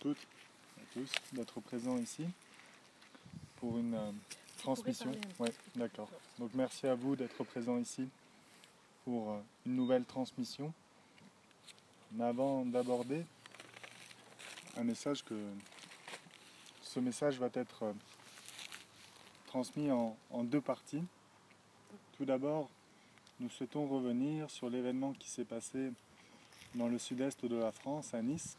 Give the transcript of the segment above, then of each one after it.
toutes et tous d'être présents ici pour une transmission. Ouais, d'accord. Donc merci à vous d'être présents ici pour une nouvelle transmission. Mais avant d'aborder un message ce message va être transmis en deux parties. Tout d'abord, nous souhaitons revenir sur l'événement qui s'est passé dans le sud-est de la France, à Nice,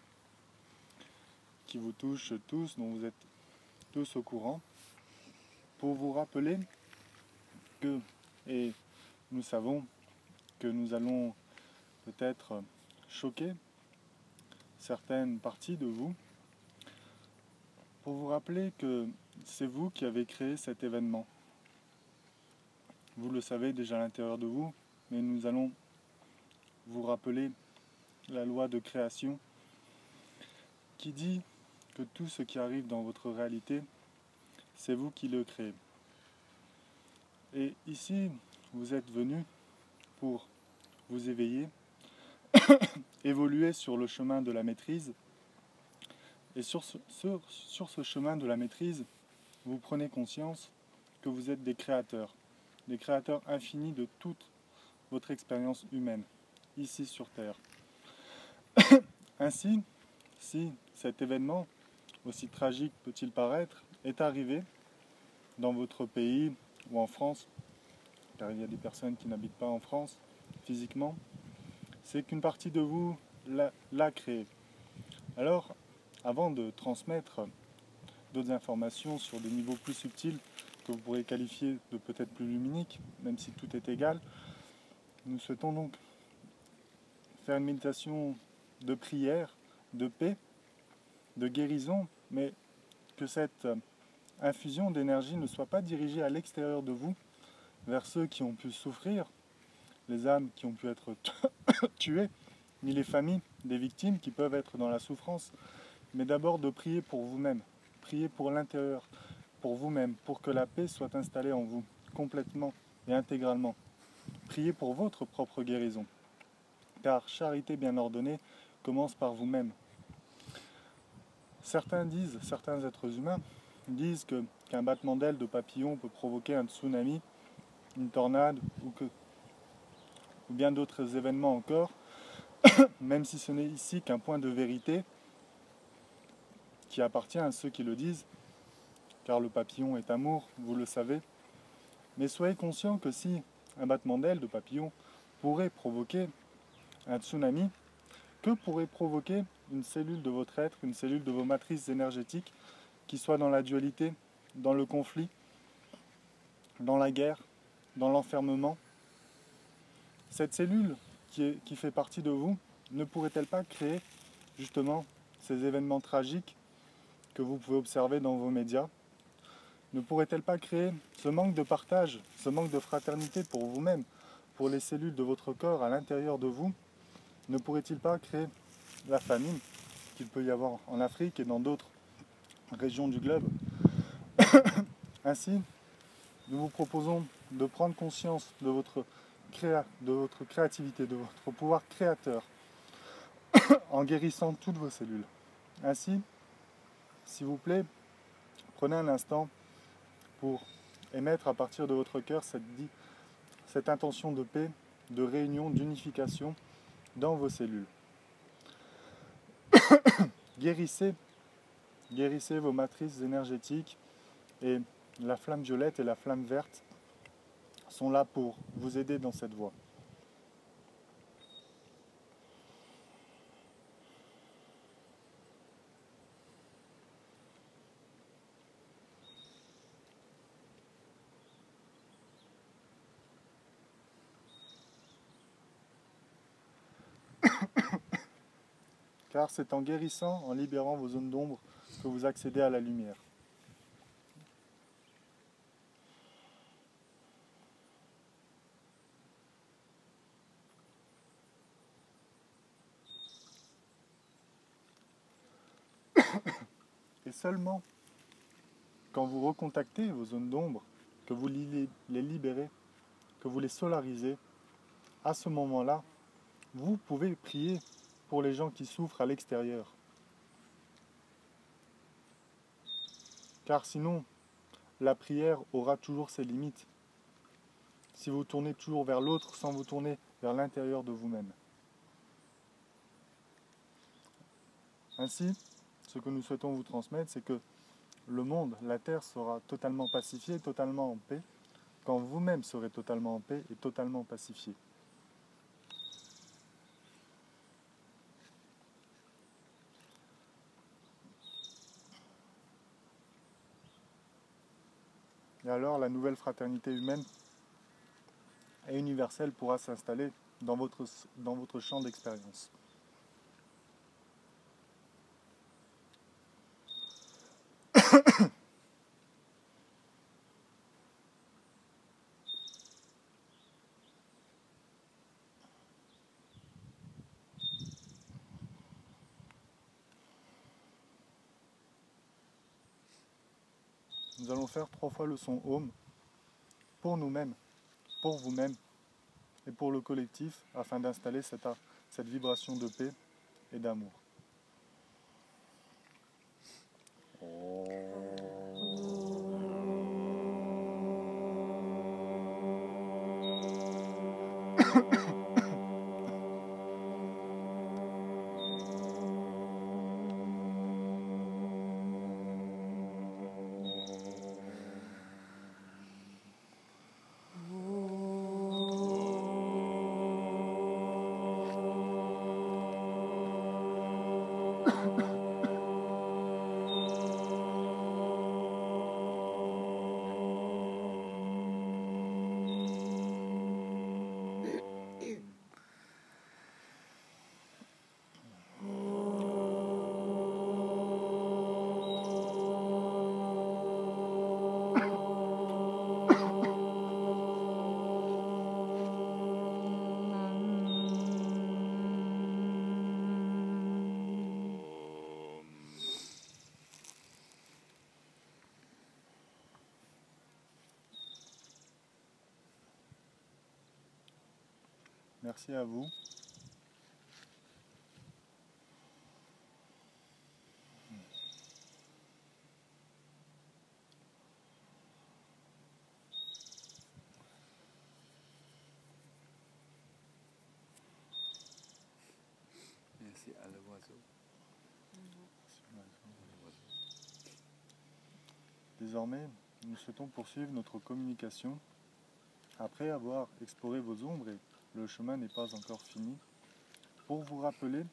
qui vous touche tous, dont vous êtes tous au courant, pour vous rappeler que, et nous savons que nous allons peut-être choquer certaines parties de vous, pour vous rappeler que c'est vous qui avez créé cet événement. Vous le savez déjà à l'intérieur de vous, mais nous allons vous rappeler la loi de création qui dit que tout ce qui arrive dans votre réalité, c'est vous qui le créez. Et ici, vous êtes venus pour vous éveiller, évoluer sur le chemin de la maîtrise. Et sur ce chemin de la maîtrise, vous prenez conscience que vous êtes des créateurs infinis de toute votre expérience humaine, ici sur Terre. Ainsi, si cet événement, aussi tragique peut-il paraître, est arrivé dans votre pays ou en France, car il y a des personnes qui n'habitent pas en France physiquement, c'est qu'une partie de vous l'a créé. Alors, avant de transmettre d'autres informations sur des niveaux plus subtils, que vous pourrez qualifier de peut-être plus luminiques, même si tout est égal, nous souhaitons donc faire une méditation de prière, de paix, de guérison, mais que cette infusion d'énergie ne soit pas dirigée à l'extérieur de vous, vers ceux qui ont pu souffrir, les âmes qui ont pu être tuées, ni les familles des victimes qui peuvent être dans la souffrance, mais d'abord de prier pour vous-même, prier pour l'intérieur, pour vous-même, pour que la paix soit installée en vous, complètement et intégralement. Priez pour votre propre guérison, car charité bien ordonnée commence par vous-même. Certains êtres humains disent qu'un battement d'aile de papillon peut provoquer un tsunami, une tornade ou bien d'autres événements encore, même si ce n'est ici qu'un point de vérité qui appartient à ceux qui le disent, car le papillon est amour, vous le savez. Mais soyez conscients que si un battement d'aile de papillon pourrait provoquer un tsunami, que pourrait provoquer une cellule de votre être, une cellule de vos matrices énergétiques qui soit dans la dualité, dans le conflit, dans la guerre, dans l'enfermement. Cette cellule qui fait partie de vous ne pourrait-elle pas créer justement ces événements tragiques que vous pouvez observer dans vos médias? Ne pourrait-elle pas créer ce manque de partage, ce manque de fraternité pour vous-même, pour les cellules de votre corps à l'intérieur de vous? Ne pourrait-il pas créer la famine qu'il peut y avoir en Afrique et dans d'autres régions du globe? Ainsi, nous vous proposons de prendre conscience de votre créativité, de votre pouvoir créateur, en guérissant toutes vos cellules. Ainsi, s'il vous plaît, prenez un instant pour émettre à partir de votre cœur cette intention de paix, de réunion, d'unification dans vos cellules. Guérissez vos matrices énergétiques et la flamme violette et la flamme verte sont là pour vous aider dans cette voie. Car c'est en guérissant, en libérant vos zones d'ombre que vous accédez à la lumière. Et seulement quand vous recontactez vos zones d'ombre, que vous les libérez, que vous les solarisez, à ce moment-là, vous pouvez prier pour les gens qui souffrent à l'extérieur. car sinon, la prière aura toujours ses limites. Si vous tournez toujours vers l'autre sans vous tourner vers l'intérieur de vous-même. Ainsi, ce que nous souhaitons vous transmettre, c'est que le monde, la terre sera totalement pacifiée, totalement en paix, quand vous-même serez totalement en paix et totalement pacifié. Et alors la nouvelle fraternité humaine et universelle pourra s'installer dans votre champ d'expérience. Nous allons faire 3 fois le son Om pour nous-mêmes, pour vous-même et pour le collectif afin d'installer cette vibration de paix et d'amour. Merci à vous. Merci à l'oiseau. Désormais, nous souhaitons poursuivre notre communication. Après avoir exploré vos ombres, et le chemin n'est pas encore fini, pour vous rappeler,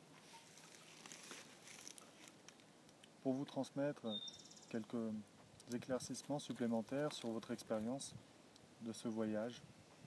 pour vous transmettre quelques éclaircissements supplémentaires sur votre expérience de ce voyage.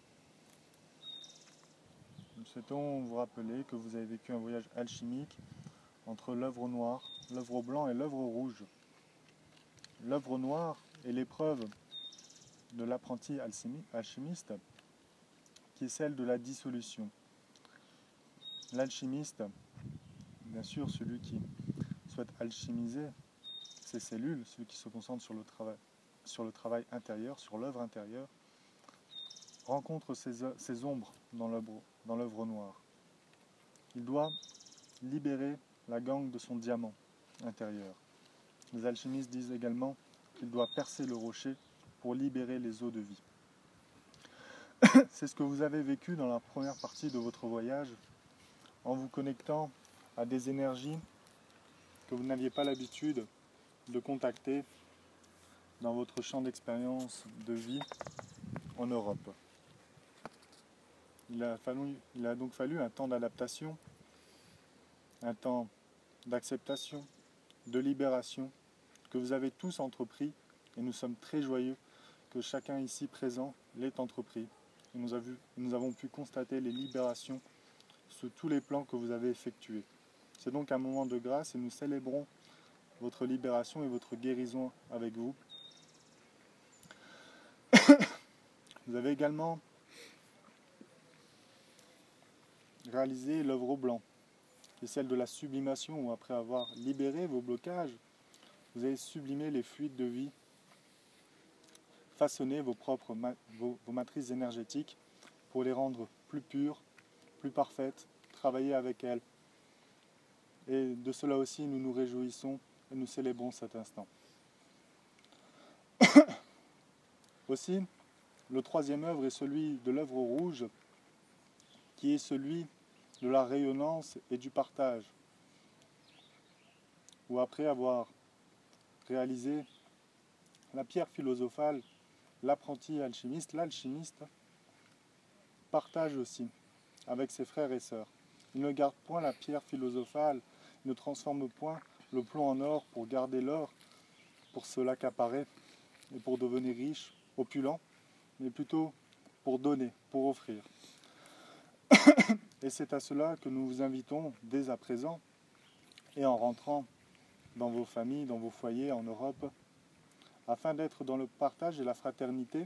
Nous souhaitons vous rappeler que vous avez vécu un voyage alchimique entre l'œuvre noire, l'œuvre blanc et l'œuvre rouge. L'œuvre noire est l'épreuve de l'apprenti alchimiste, qui est celle de la dissolution. L'alchimiste, bien sûr, celui qui souhaite alchimiser ses cellules, celui qui se concentre sur le travail intérieur, sur l'œuvre intérieure, rencontre ses ombres dans l'œuvre noire. Il doit libérer la gangue de son diamant intérieur. Les alchimistes disent également qu'il doit percer le rocher pour libérer les eaux de vie. C'est ce que vous avez vécu dans la première partie de votre voyage, en vous connectant à des énergies que vous n'aviez pas l'habitude de contacter dans votre champ d'expérience de vie en Europe. Il a donc fallu un temps d'adaptation, un temps d'acceptation, de libération, que vous avez tous entrepris, et nous sommes très joyeux que chacun ici présent l'ait entrepris. Et nous avons pu constater les libérations sur tous les plans que vous avez effectués. C'est donc un moment de grâce et nous célébrons votre libération et votre guérison avec vous. Vous avez également réalisé l'œuvre au blanc, qui est celle de la sublimation, où après avoir libéré vos blocages, vous avez sublimé les fluides de vie, façonné vos matrices énergétiques pour les rendre plus pures, plus parfaites, travailler avec elles. Et de cela aussi, nous nous réjouissons et nous célébrons cet instant. Aussi, le troisième œuvre est celui de l'œuvre rouge, qui est celui de la rayonnance et du partage, où après avoir réalisé la pierre philosophale, l'apprenti alchimiste, l'alchimiste, partage aussi avec ses frères et sœurs. Il ne garde point la pierre philosophale, il ne transforme point le plomb en or pour garder l'or, pour se l'accaparer et pour devenir riche, opulent, mais plutôt pour donner, pour offrir. Et c'est à cela que nous vous invitons dès à présent, et en rentrant dans vos familles, dans vos foyers en Europe, afin d'être dans le partage et la fraternité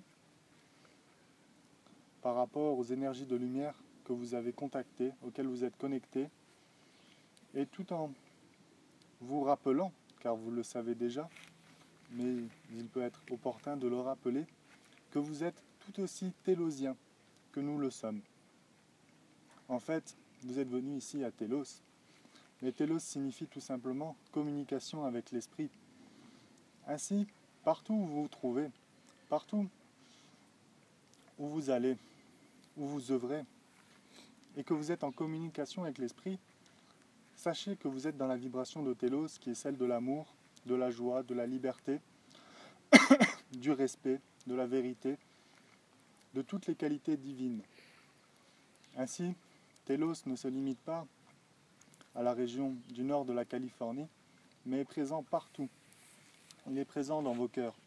par rapport aux énergies de lumière que vous avez contactées, auxquelles vous êtes connectés, et tout en vous rappelant, car vous le savez déjà, mais il peut être opportun de le rappeler, que vous êtes tout aussi télosiens que nous le sommes. En fait, vous êtes venus ici à Télos, mais Télos signifie tout simplement communication avec l'esprit. Ainsi, partout où vous vous trouvez, partout où vous allez, où vous œuvrez, et que vous êtes en communication avec l'esprit, sachez que vous êtes dans la vibration de Télos, qui est celle de l'amour, de la joie, de la liberté, du respect, de la vérité, de toutes les qualités divines. Ainsi, Télos ne se limite pas à la région du nord de la Californie, mais est présent partout. Il est présent dans vos cœurs.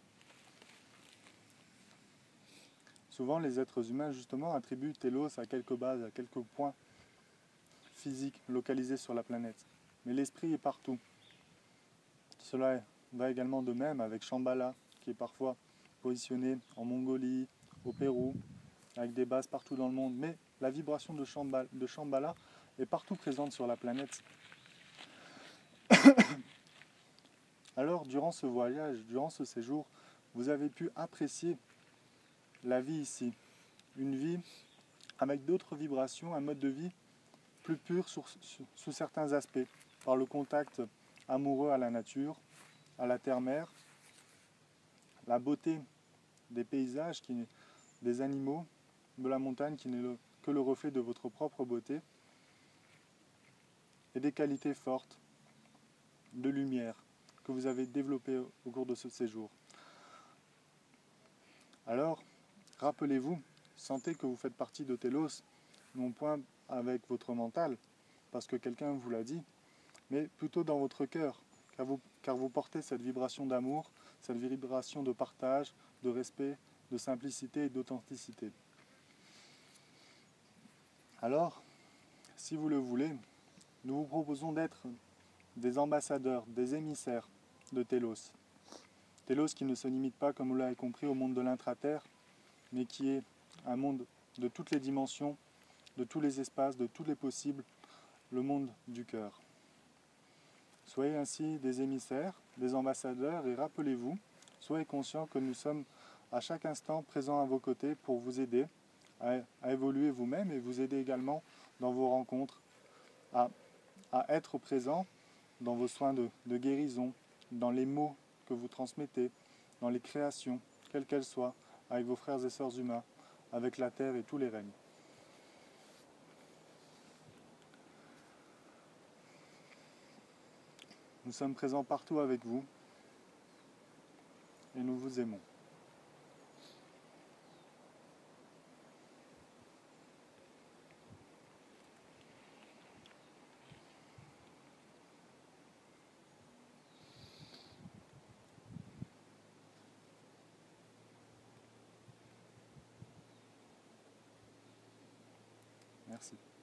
Souvent, les êtres humains, justement, attribuent Télos à quelques bases, à quelques points physiques localisés sur la planète. Mais l'esprit est partout. Cela va également de même avec Shambhala, qui est parfois positionné en Mongolie, au Pérou, avec des bases partout dans le monde. Mais la vibration de Shambhala est partout présente sur la planète. Alors, durant ce voyage, durant ce séjour, vous avez pu apprécier la vie ici. Une vie avec d'autres vibrations, un mode de vie plus pur sous certains aspects, par le contact amoureux à la nature, à la terre-mère, la beauté des paysages, des animaux, de la montagne qui n'est que le reflet de votre propre beauté, et des qualités fortes de lumière que vous avez développées au cours de ce séjour. Alors, rappelez-vous, sentez que vous faites partie de Télos, non point avec votre mental, parce que quelqu'un vous l'a dit, mais plutôt dans votre cœur, car vous portez cette vibration d'amour, cette vibration de partage, de respect, de simplicité et d'authenticité. Alors, si vous le voulez, nous vous proposons d'être des ambassadeurs, des émissaires de Télos. Télos qui ne se limite pas, comme vous l'avez compris, au monde de l'intra-terre, mais qui est un monde de toutes les dimensions, de tous les espaces, de tous les possibles, le monde du cœur. Soyez ainsi des émissaires, des ambassadeurs, et rappelez-vous, soyez conscients que nous sommes à chaque instant présents à vos côtés pour vous aider à évoluer vous-même et vous aider également dans vos rencontres, à être présent dans vos soins de guérison, dans les mots que vous transmettez, dans les créations, quelles qu'elles soient, avec vos frères et sœurs humains, avec la terre et tous les règnes. Nous sommes présents partout avec vous et nous vous aimons. Merci.